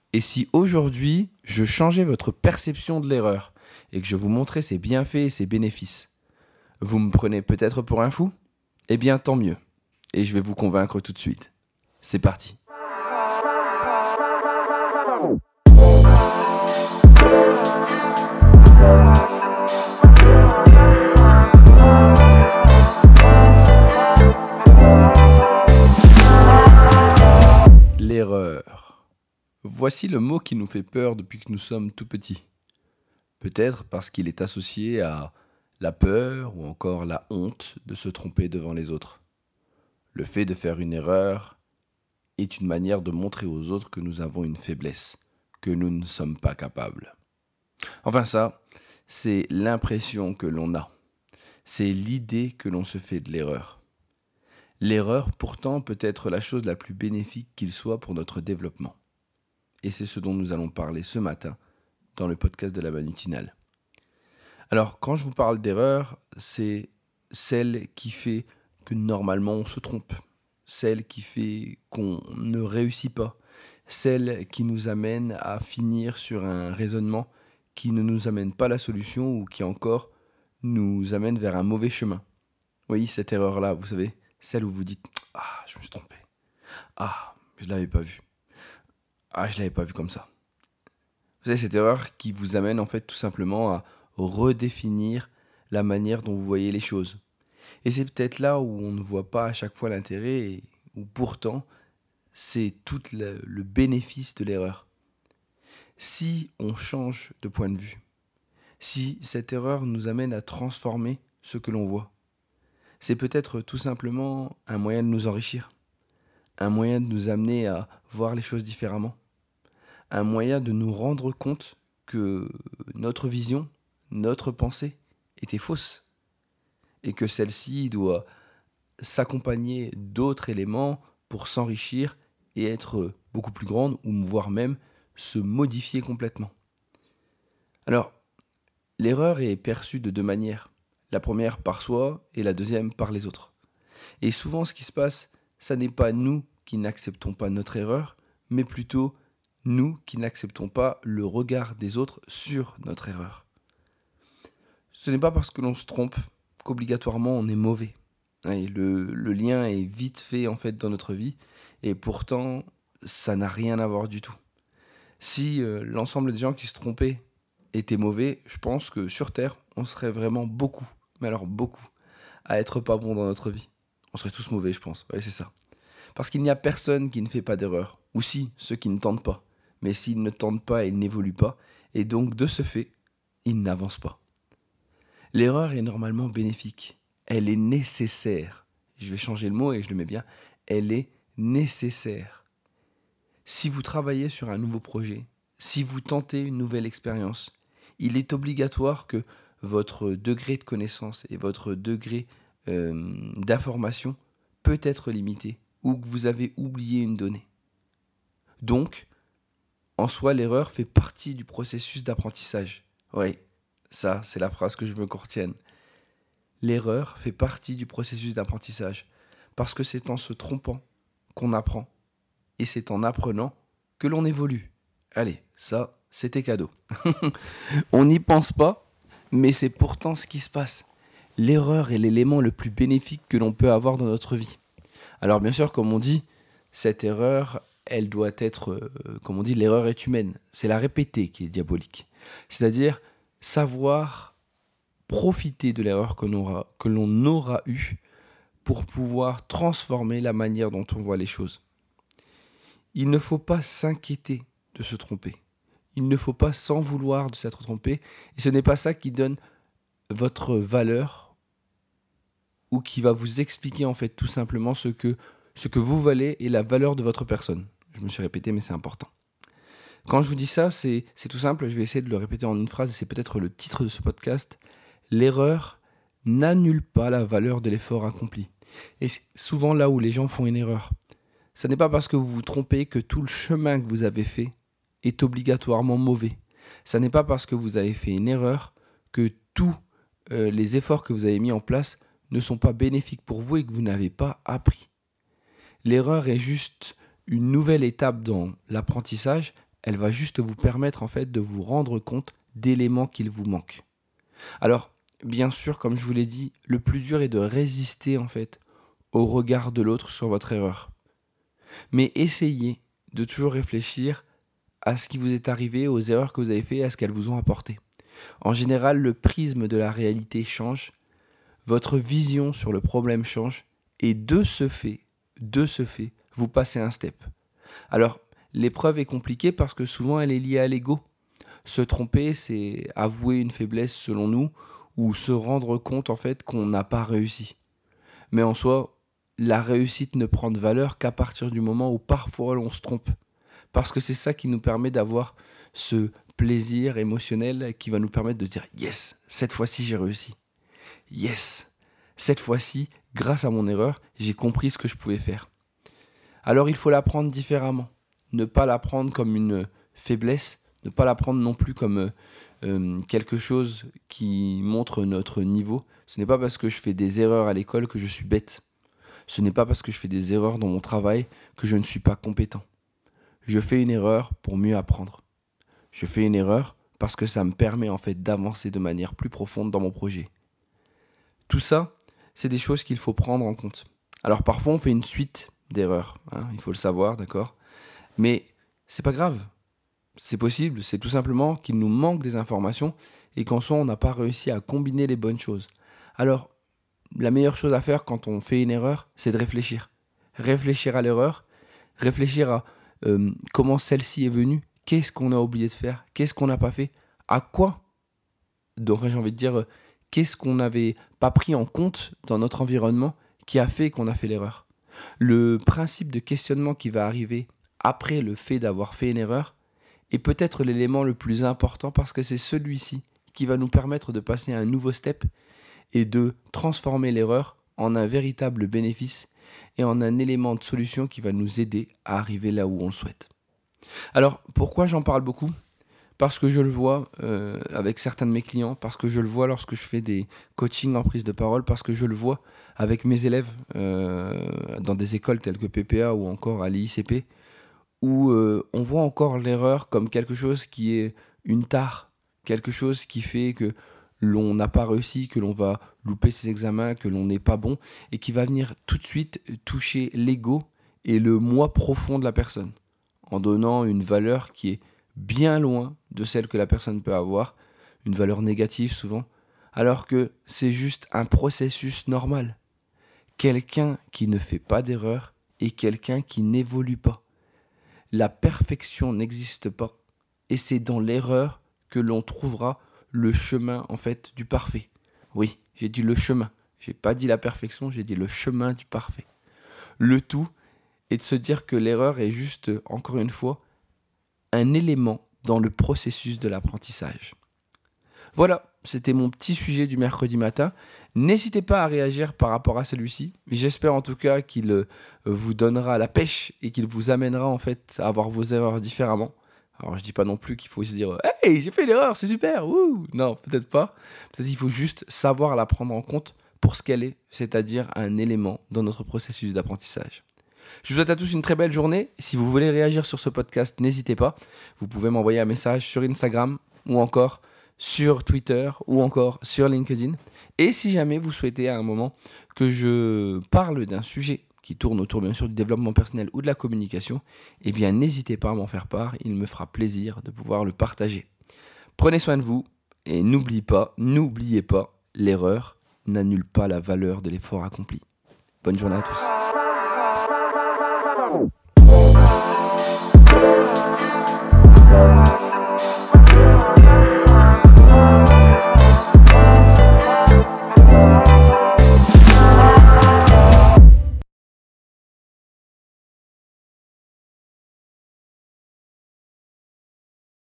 Et si aujourd'hui, je changeais votre perception de l'erreur et que je vous montrais ses bienfaits et ses bénéfices, vous me prenez peut-être pour un fou ? Eh bien, tant mieux. Et je vais vous convaincre tout de suite. C'est parti. L'erreur. Voici le mot qui nous fait peur depuis que nous sommes tout petits. Peut-être parce qu'il est associé à la peur ou encore la honte de se tromper devant les autres. Le fait de faire une erreur est une manière de montrer aux autres que nous avons une faiblesse, que nous ne sommes pas capables. Enfin ça, c'est l'impression que l'on a. C'est l'idée que l'on se fait de l'erreur. L'erreur, pourtant, peut être la chose la plus bénéfique qu'il soit pour notre développement. Et c'est ce dont nous allons parler ce matin dans le podcast de la manutinale. Alors, quand je vous parle d'erreur, c'est celle qui fait que normalement on se trompe, celle qui fait qu'on ne réussit pas, celle qui nous amène à finir sur un raisonnement qui ne nous amène pas à la solution ou qui encore nous amène vers un mauvais chemin. Oui, cette erreur-là, vous savez, celle où vous dites « Ah, je me suis trompé. Ah, je ne l'avais pas vu. Ah, je ne l'avais pas vu comme ça. » Vous savez, cette erreur qui vous amène en fait tout simplement à redéfinir la manière dont vous voyez les choses. Et c'est peut-être là où on ne voit pas à chaque fois l'intérêt et où pourtant c'est tout le bénéfice de l'erreur. Si on change de point de vue, si cette erreur nous amène à transformer ce que l'on voit, c'est peut-être tout simplement un moyen de nous enrichir, un moyen de nous amener à voir les choses différemment, un moyen de nous rendre compte que notre vision, notre pensée était fausse et que celle-ci doit s'accompagner d'autres éléments pour s'enrichir et être beaucoup plus grande ou voire même se modifier complètement. Alors, l'erreur est perçue de deux manières. La première par soi et la deuxième par les autres. Et souvent ce qui se passe, ça n'est pas nous qui n'acceptons pas notre erreur, mais plutôt nous qui n'acceptons pas le regard des autres sur notre erreur. Ce n'est pas parce que l'on se trompe qu'obligatoirement on est mauvais. Et le lien est vite fait en fait dans notre vie et pourtant ça n'a rien à voir du tout. Si l'ensemble des gens qui se trompaient étaient mauvais, je pense que sur Terre on serait vraiment beaucoup, mais alors beaucoup, à être pas bon dans notre vie. On serait tous mauvais, je pense. Oui, c'est ça. Parce qu'il n'y a personne qui ne fait pas d'erreur. Ou si, ceux qui ne tentent pas. Mais s'ils ne tentent pas, ils n'évoluent pas. Et donc, de ce fait, ils n'avancent pas. L'erreur est normalement bénéfique. Elle est nécessaire. Je vais changer le mot et je le mets bien. Elle est nécessaire. Si vous travaillez sur un nouveau projet, si vous tentez une nouvelle expérience, il est obligatoire que votre degré de connaissance et votre degré d'information peut être limité ou que vous avez oublié une donnée. Donc, en soi, l'erreur fait partie du processus d'apprentissage. Oui, ça, c'est la phrase que je veux qu'on retienne. L'erreur fait partie du processus d'apprentissage parce que c'est en se trompant qu'on apprend et c'est en apprenant que l'on évolue. Allez, ça, c'était cadeau. On n'y pense pas, mais c'est pourtant ce qui se passe. L'erreur est l'élément le plus bénéfique que l'on peut avoir dans notre vie. Alors bien sûr, comme on dit, cette erreur, elle doit être, comme on dit, l'erreur est humaine. C'est la répéter qui est diabolique. C'est-à-dire savoir profiter de l'erreur que l'on aura eue pour pouvoir transformer la manière dont on voit les choses. Il ne faut pas s'inquiéter de se tromper. Il ne faut pas s'en vouloir de s'être trompé. Et ce n'est pas ça qui donne votre valeur ou qui va vous expliquer en fait tout simplement ce que vous valez et la valeur de votre personne. Je me suis répété, mais c'est important. Quand je vous dis ça, c'est tout simple, je vais essayer de le répéter en une phrase, et c'est peut-être le titre de ce podcast. L'erreur n'annule pas la valeur de l'effort accompli. Et c'est souvent là où les gens font une erreur. Ce n'est pas parce que vous vous trompez que tout le chemin que vous avez fait est obligatoirement mauvais. Ce n'est pas parce que vous avez fait une erreur que tous les efforts que vous avez mis en place ne sont pas bénéfiques pour vous et que vous n'avez pas appris. L'erreur est juste une nouvelle étape dans l'apprentissage elle va juste vous permettre en fait de vous rendre compte d'éléments qu'il vous manque. Alors, bien sûr, comme je vous l'ai dit, le plus dur est de résister en fait au regard de l'autre sur votre erreur. Mais essayez de toujours réfléchir à ce qui vous est arrivé, aux erreurs que vous avez faites, à ce qu'elles vous ont apporté. En général, le prisme de la réalité change, votre vision sur le problème change, et de ce fait, vous passez un step. Alors, l'épreuve est compliquée parce que souvent elle est liée à l'ego. Se tromper, c'est avouer une faiblesse selon nous, ou se rendre compte en fait qu'on n'a pas réussi. Mais en soi, la réussite ne prend de valeur qu'à partir du moment où parfois on se trompe. Parce que c'est ça qui nous permet d'avoir ce plaisir émotionnel qui va nous permettre de dire « Yes, cette fois-ci j'ai réussi. Yes, cette fois-ci, grâce à mon erreur, j'ai compris ce que je pouvais faire. » Alors il faut l'apprendre différemment. Ne pas l'apprendre comme une faiblesse, ne pas l'apprendre non plus comme quelque chose qui montre notre niveau. Ce n'est pas parce que je fais des erreurs à l'école que je suis bête. Ce n'est pas parce que je fais des erreurs dans mon travail que je ne suis pas compétent. Je fais une erreur pour mieux apprendre. Je fais une erreur parce que ça me permet en fait d'avancer de manière plus profonde dans mon projet. Tout ça, c'est des choses qu'il faut prendre en compte. Alors parfois on fait une suite d'erreurs, il faut le savoir, d'accord ? Mais c'est pas grave. C'est possible, c'est tout simplement qu'il nous manque des informations et qu'en soi on n'a pas réussi à combiner les bonnes choses. Alors, la meilleure chose à faire quand on fait une erreur, c'est de réfléchir. Réfléchir à l'erreur, réfléchir à comment celle-ci est venue, qu'est-ce qu'on a oublié de faire, qu'est-ce qu'on n'a pas fait, à quoi. Donc j'ai envie de dire, qu'est-ce qu'on n'avait pas pris en compte dans notre environnement qui a fait qu'on a fait l'erreur. Le principe de questionnement qui va arriver après le fait d'avoir fait une erreur est peut-être l'élément le plus important parce que c'est celui-ci qui va nous permettre de passer à un nouveau step et de transformer l'erreur en un véritable bénéfice et en un élément de solution qui va nous aider à arriver là où on le souhaite. Alors, pourquoi j'en parle beaucoup ? Parce que je le vois avec certains de mes clients, parce que je le vois lorsque je fais des coachings en prise de parole, parce que je le vois avec mes élèves dans des écoles telles que PPA ou encore à l'ICP, où on voit encore l'erreur comme quelque chose qui est une tare, quelque chose qui fait que l'on n'a pas réussi, que l'on va louper ses examens, que l'on n'est pas bon, et qui va venir tout de suite toucher l'ego et le moi profond de la personne, en donnant une valeur qui est bien loin de celle que la personne peut avoir, une valeur négative souvent, alors que c'est juste un processus normal. Quelqu'un qui ne fait pas d'erreur est quelqu'un qui n'évolue pas. La perfection n'existe pas, et c'est dans l'erreur que l'on trouvera le chemin en fait du parfait. Oui, j'ai dit le chemin, j'ai pas dit la perfection, j'ai dit le chemin du parfait. Le tout est de se dire que l'erreur est juste, encore une fois, un élément dans le processus de l'apprentissage. Voilà, c'était mon petit sujet du mercredi matin. N'hésitez pas à réagir par rapport à celui-ci. J'espère en tout cas qu'il vous donnera la pêche et qu'il vous amènera en fait à voir vos erreurs différemment. Alors je dis pas non plus qu'il faut se dire « Hey, j'ai fait l'erreur, c'est super !» Non, peut-être pas. Peut-être qu'il faut juste savoir la prendre en compte pour ce qu'elle est, c'est-à-dire un élément dans notre processus d'apprentissage. Je vous souhaite à tous une très belle journée. Si vous voulez réagir sur ce podcast, n'hésitez pas. Vous pouvez m'envoyer un message sur Instagram ou encore sur Twitter ou encore sur LinkedIn. Et si jamais vous souhaitez à un moment que je parle d'un sujet qui tourne autour bien sûr du développement personnel ou de la communication, eh bien n'hésitez pas à m'en faire part. Il me fera plaisir de pouvoir le partager. Prenez soin de vous et n'oubliez pas, l'erreur n'annule pas la valeur de l'effort accompli. Bonne journée à tous.